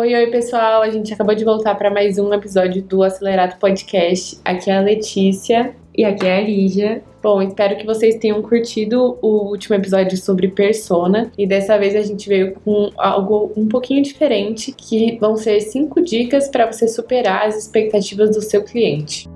Oi, pessoal! A gente acabou de voltar para mais um episódio do Acelerado Podcast. Aqui é a Letícia. E aqui é a Lígia. Bom, espero que vocês tenham curtido o último episódio sobre persona. E dessa vez a gente veio com algo um pouquinho diferente, que vão ser 5 dicas para você superar as expectativas do seu cliente.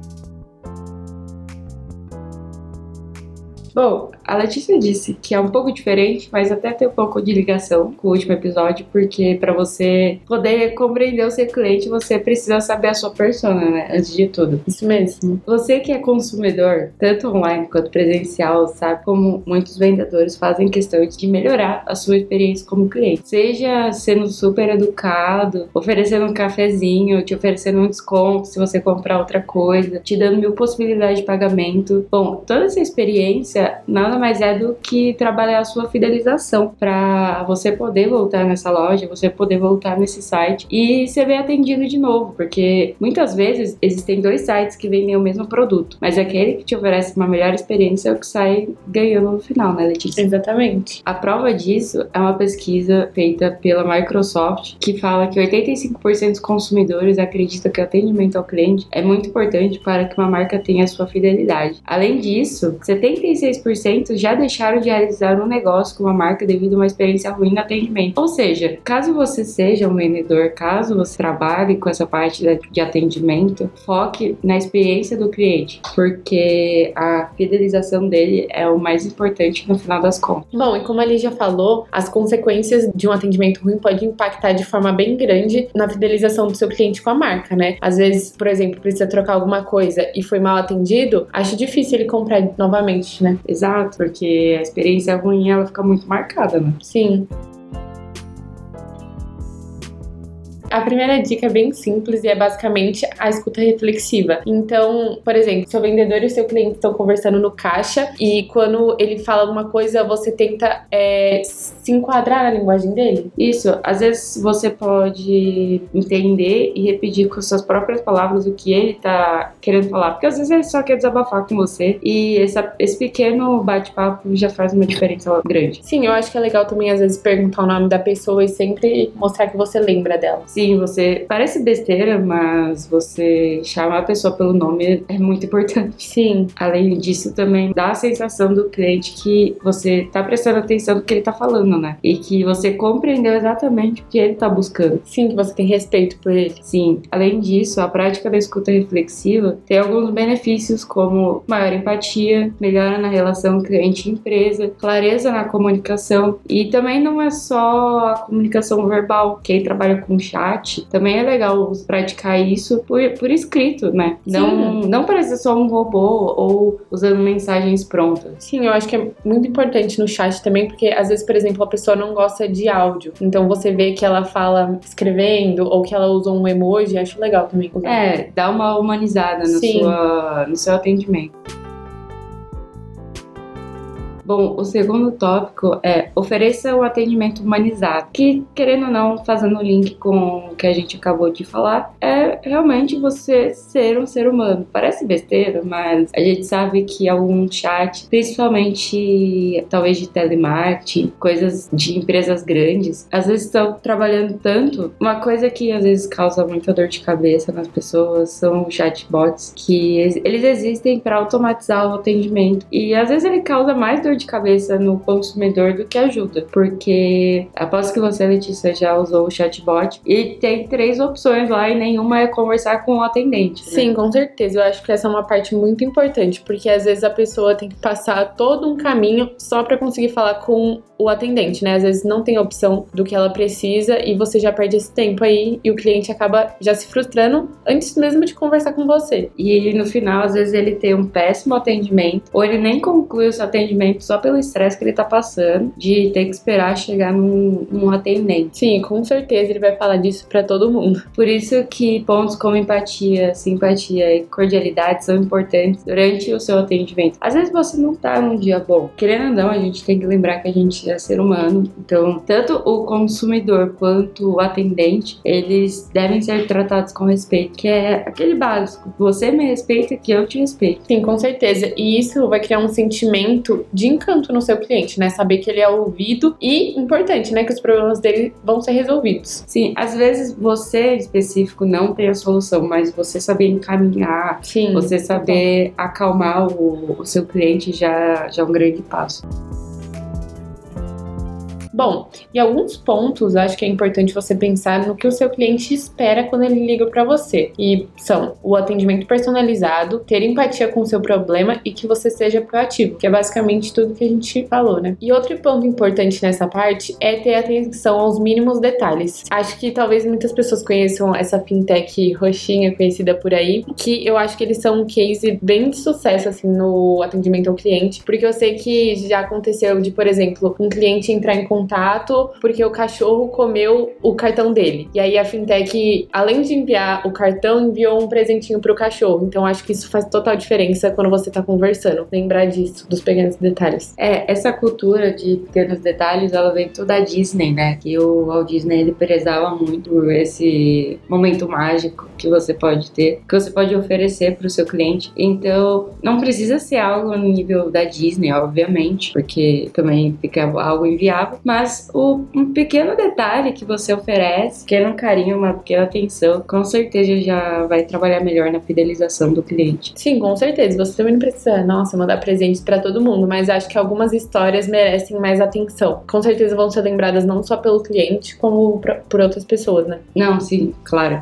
Bom, a Letícia disse que é um pouco diferente, mas até tem um pouco de ligação com o último episódio, porque para você poder compreender o seu cliente, você precisa saber a sua persona, né? Antes de tudo. Isso mesmo. Você que é consumidor, tanto online quanto presencial, sabe como muitos vendedores fazem questão de melhorar a sua experiência como cliente. Seja sendo super educado, oferecendo um cafezinho, te oferecendo um desconto se você comprar outra coisa, te dando 1000 possibilidades de pagamento. Bom, toda essa experiência nada mais é do que trabalhar a sua fidelização para você poder voltar nessa loja, você poder voltar nesse site e ser bem atendido de novo, porque muitas vezes existem 2 sites que vendem o mesmo produto, mas aquele que te oferece uma melhor experiência é o que sai ganhando no final, né, Letícia? Exatamente. A prova disso é uma pesquisa feita pela Microsoft que fala que 85% dos consumidores acreditam que o atendimento ao cliente é muito importante para que uma marca tenha sua fidelidade. Além disso, 76% já deixaram de realizar um negócio com uma marca devido a uma experiência ruim no atendimento. Ou seja, caso você seja um vendedor, caso você trabalhe com essa parte de atendimento, foque na experiência do cliente, porque a fidelização dele é o mais importante no final das contas. Bom, e como a Lígia falou, as consequências de um atendimento ruim podem impactar de forma bem grande na fidelização do seu cliente com a marca, né? Às vezes, por exemplo, precisa trocar alguma coisa e foi mal atendido, acho difícil ele comprar novamente, né? Exato, porque a experiência ruim, ela fica muito marcada, né? Sim. A primeira dica é bem simples e é basicamente a escuta reflexiva. Então, por exemplo, seu vendedor e o seu cliente estão conversando no caixa e quando ele fala alguma coisa, você tenta se enquadrar na linguagem dele. Isso, às vezes você pode entender e repetir com suas próprias palavras o que ele tá querendo falar, porque às vezes ele só quer desabafar com você e esse pequeno bate-papo já faz uma diferença grande. Sim, eu acho que é legal também às vezes perguntar o nome da pessoa e sempre mostrar que você lembra dela. Sim, você parece besteira, mas você chamar a pessoa pelo nome é muito importante. Sim. Além disso, também dá a sensação do cliente que você tá prestando atenção no que ele tá falando, né? E que você compreendeu exatamente o que ele tá buscando. Sim, que você tem respeito por ele. Sim. Além disso, a prática da escuta reflexiva tem alguns benefícios como maior empatia, melhora na relação cliente-empresa, clareza na comunicação e também não é só a comunicação verbal. Quem trabalha com chat também é legal praticar isso por escrito, né? Não parecer só um robô ou usando mensagens prontas. Sim, eu acho que é muito importante no chat também, porque às vezes, por exemplo, a pessoa não gosta de áudio. Então você vê que ela fala escrevendo ou que ela usa um emoji, acho legal também. Dá uma humanizada no seu atendimento. Bom, o segundo tópico é ofereça o atendimento humanizado, que, querendo ou não, fazendo o link com o que a gente acabou de falar, é realmente você ser um ser humano. Parece besteira, mas a gente sabe que algum chat, principalmente talvez de telemarketing, coisas de empresas grandes, às vezes estão trabalhando tanto. Uma coisa que às vezes causa muita dor de cabeça nas pessoas são os chatbots, que eles existem para automatizar o atendimento. E às vezes ele causa mais dor de cabeça no consumidor do que ajuda, porque aposto que você, Letícia, já usou o chatbot e tem 3 opções lá e nenhuma é conversar com o atendente, né? Sim, com certeza, eu acho que essa é uma parte muito importante, porque às vezes a pessoa tem que passar todo um caminho só para conseguir falar com o atendente, né? Às vezes não tem opção do que ela precisa e você já perde esse tempo aí e o cliente acaba já se frustrando antes mesmo de conversar com você. E no final, às vezes ele tem um péssimo atendimento ou ele nem conclui o seu atendimento só pelo estresse que ele tá passando de ter que esperar chegar num atendente. Sim, com certeza ele vai falar disso pra todo mundo. Por isso que pontos como empatia, simpatia e cordialidade são importantes durante o seu atendimento. Às vezes você não tá num dia bom. Querendo ou não, a gente tem que lembrar que a gente é ser humano. Então, tanto o consumidor quanto o atendente, eles devem ser tratados com respeito, que é aquele básico. Você me respeita que eu te respeito. Sim, com certeza. E isso vai criar um sentimento de encanto no seu cliente, né? Saber que ele é ouvido e, importante, né? Que os problemas dele vão ser resolvidos. Sim, às vezes você em específico não tem a solução, mas você saber encaminhar, Sim, você saber acalmar o seu cliente já é um grande passo. Bom, e alguns pontos acho que é importante você pensar no que o seu cliente espera quando ele liga para você. E são o atendimento personalizado, ter empatia com o seu problema e que você seja proativo, que é basicamente tudo que a gente falou, né? E outro ponto importante nessa parte é ter atenção aos mínimos detalhes. Acho que talvez muitas pessoas conheçam essa fintech roxinha conhecida por aí, que eu acho que eles são um case bem de sucesso assim no atendimento ao cliente, porque eu sei que já aconteceu de, por exemplo, um cliente entrar em contato porque o cachorro comeu o cartão dele. E aí a fintech, além de enviar o cartão, enviou um presentinho pro cachorro. Então acho que isso faz total diferença quando você tá conversando. Lembrar disso, dos pequenos detalhes. Essa cultura de pequenos detalhes, ela vem toda da Disney, né? Que o Walt Disney, ele prezava muito esse momento mágico que você pode ter, que você pode oferecer pro seu cliente. Então, não precisa ser algo no nível da Disney, obviamente, porque também fica algo inviável, mas um pequeno detalhe que você oferece, um pequeno carinho, uma pequena atenção, com certeza já vai trabalhar melhor na fidelização do cliente. Sim, com certeza. Você também não precisa, mandar presentes pra todo mundo, mas acho que algumas histórias merecem mais atenção. Com certeza vão ser lembradas não só pelo cliente, como por outras pessoas, né? Não, sim, claro.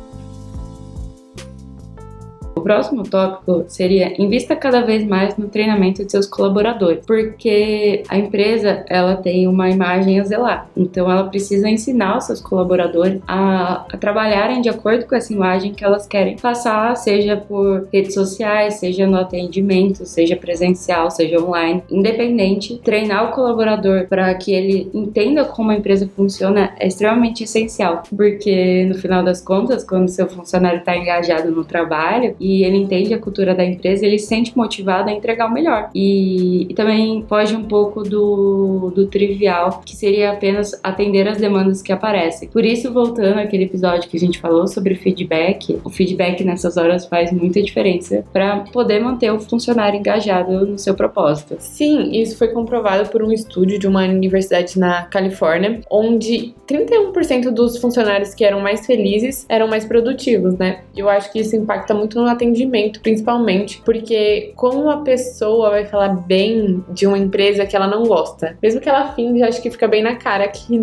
O próximo tópico seria: invista cada vez mais no treinamento de seus colaboradores, porque a empresa, ela tem uma imagem a zelar, então ela precisa ensinar os seus colaboradores a trabalharem de acordo com essa imagem que elas querem passar, seja por redes sociais, seja no atendimento, seja presencial, seja online, independente. Treinar o colaborador para que ele entenda como a empresa funciona é extremamente essencial, porque no final das contas, quando seu funcionário está engajado no trabalho e ele entende a cultura da empresa, ele se sente motivado a entregar o melhor. E também foge um pouco do trivial, que seria apenas atender as demandas que aparecem. Por isso, voltando àquele episódio que a gente falou sobre feedback, o feedback nessas horas faz muita diferença para poder manter o funcionário engajado no seu propósito. Sim, isso foi comprovado por um estudo de uma universidade na Califórnia, onde 31% dos funcionários que eram mais felizes eram mais produtivos, né? Eu acho que isso impacta muito no atendimento, principalmente, porque como a pessoa vai falar bem de uma empresa que ela não gosta? Mesmo que ela finge, acho que fica bem na cara que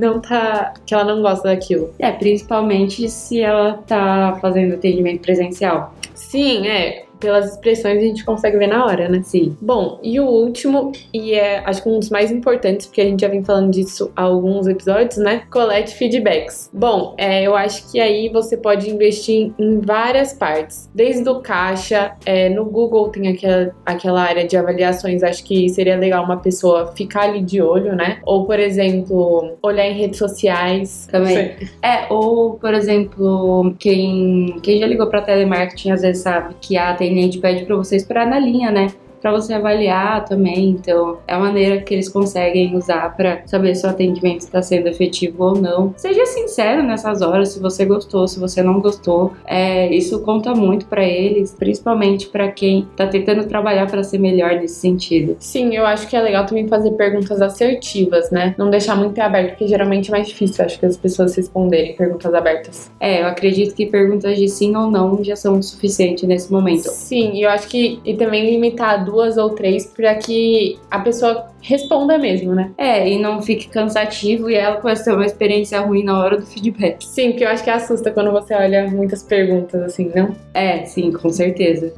ela não gosta daquilo. Principalmente se ela tá fazendo atendimento presencial. Sim, pelas expressões a gente consegue ver na hora, né? Sim. Bom, e o último, e acho que um dos mais importantes, porque a gente já vem falando disso há alguns episódios, né? Colete feedbacks. Bom, eu acho que aí você pode investir em várias partes. Desde o caixa, no Google tem aquela área de avaliações, acho que seria legal uma pessoa ficar ali de olho, né? Ou, por exemplo, olhar em redes sociais. Também. Ou, por exemplo, quem já ligou pra telemarketing às vezes sabe que a atendente pede para você esperar na linha, né? Para você avaliar também. Então, é a maneira que eles conseguem usar para saber se o atendimento está sendo efetivo ou não. Seja sincero nessas horas, se você gostou, se você não gostou. Isso conta muito para eles, principalmente para quem está tentando trabalhar para ser melhor nesse sentido. Sim, eu acho que é legal também fazer perguntas assertivas, né? Não deixar muito aberto, porque geralmente é mais difícil, acho que as pessoas responderem perguntas abertas. Eu acredito que perguntas de sim ou não já são o suficiente nesse momento. Sim, e eu acho que também limitar 2 ou 3 para que a pessoa responda mesmo, né? E não fique cansativo e ela pode ter uma experiência ruim na hora do feedback. Sim, porque eu acho que assusta quando você olha muitas perguntas assim, não? Sim, com certeza.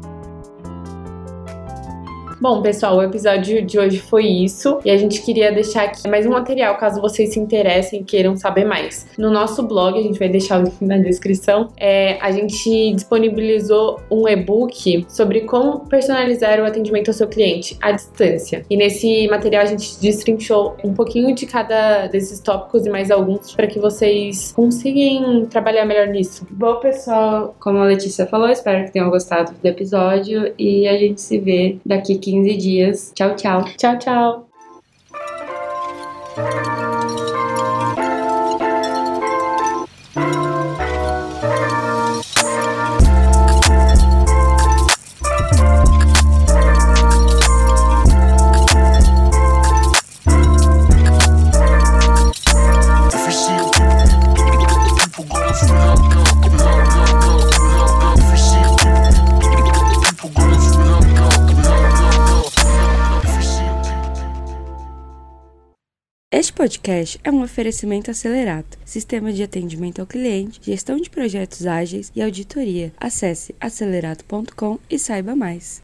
Bom, pessoal, o episódio de hoje foi isso e a gente queria deixar aqui mais um material caso vocês se interessem e queiram saber mais. No nosso blog, a gente vai deixar o link na descrição, a gente disponibilizou um e-book sobre como personalizar o atendimento ao seu cliente à distância. E nesse material a gente destrinchou um pouquinho de cada desses tópicos e mais alguns para que vocês consigam trabalhar melhor nisso. Bom, pessoal, como a Letícia falou, espero que tenham gostado do episódio e a gente se vê daqui 15 dias. Tchau, tchau. Tchau, tchau. podcast é um oferecimento Acelerato, sistema de atendimento ao cliente, gestão de projetos ágeis e auditoria. Acesse acelerato.com e saiba mais.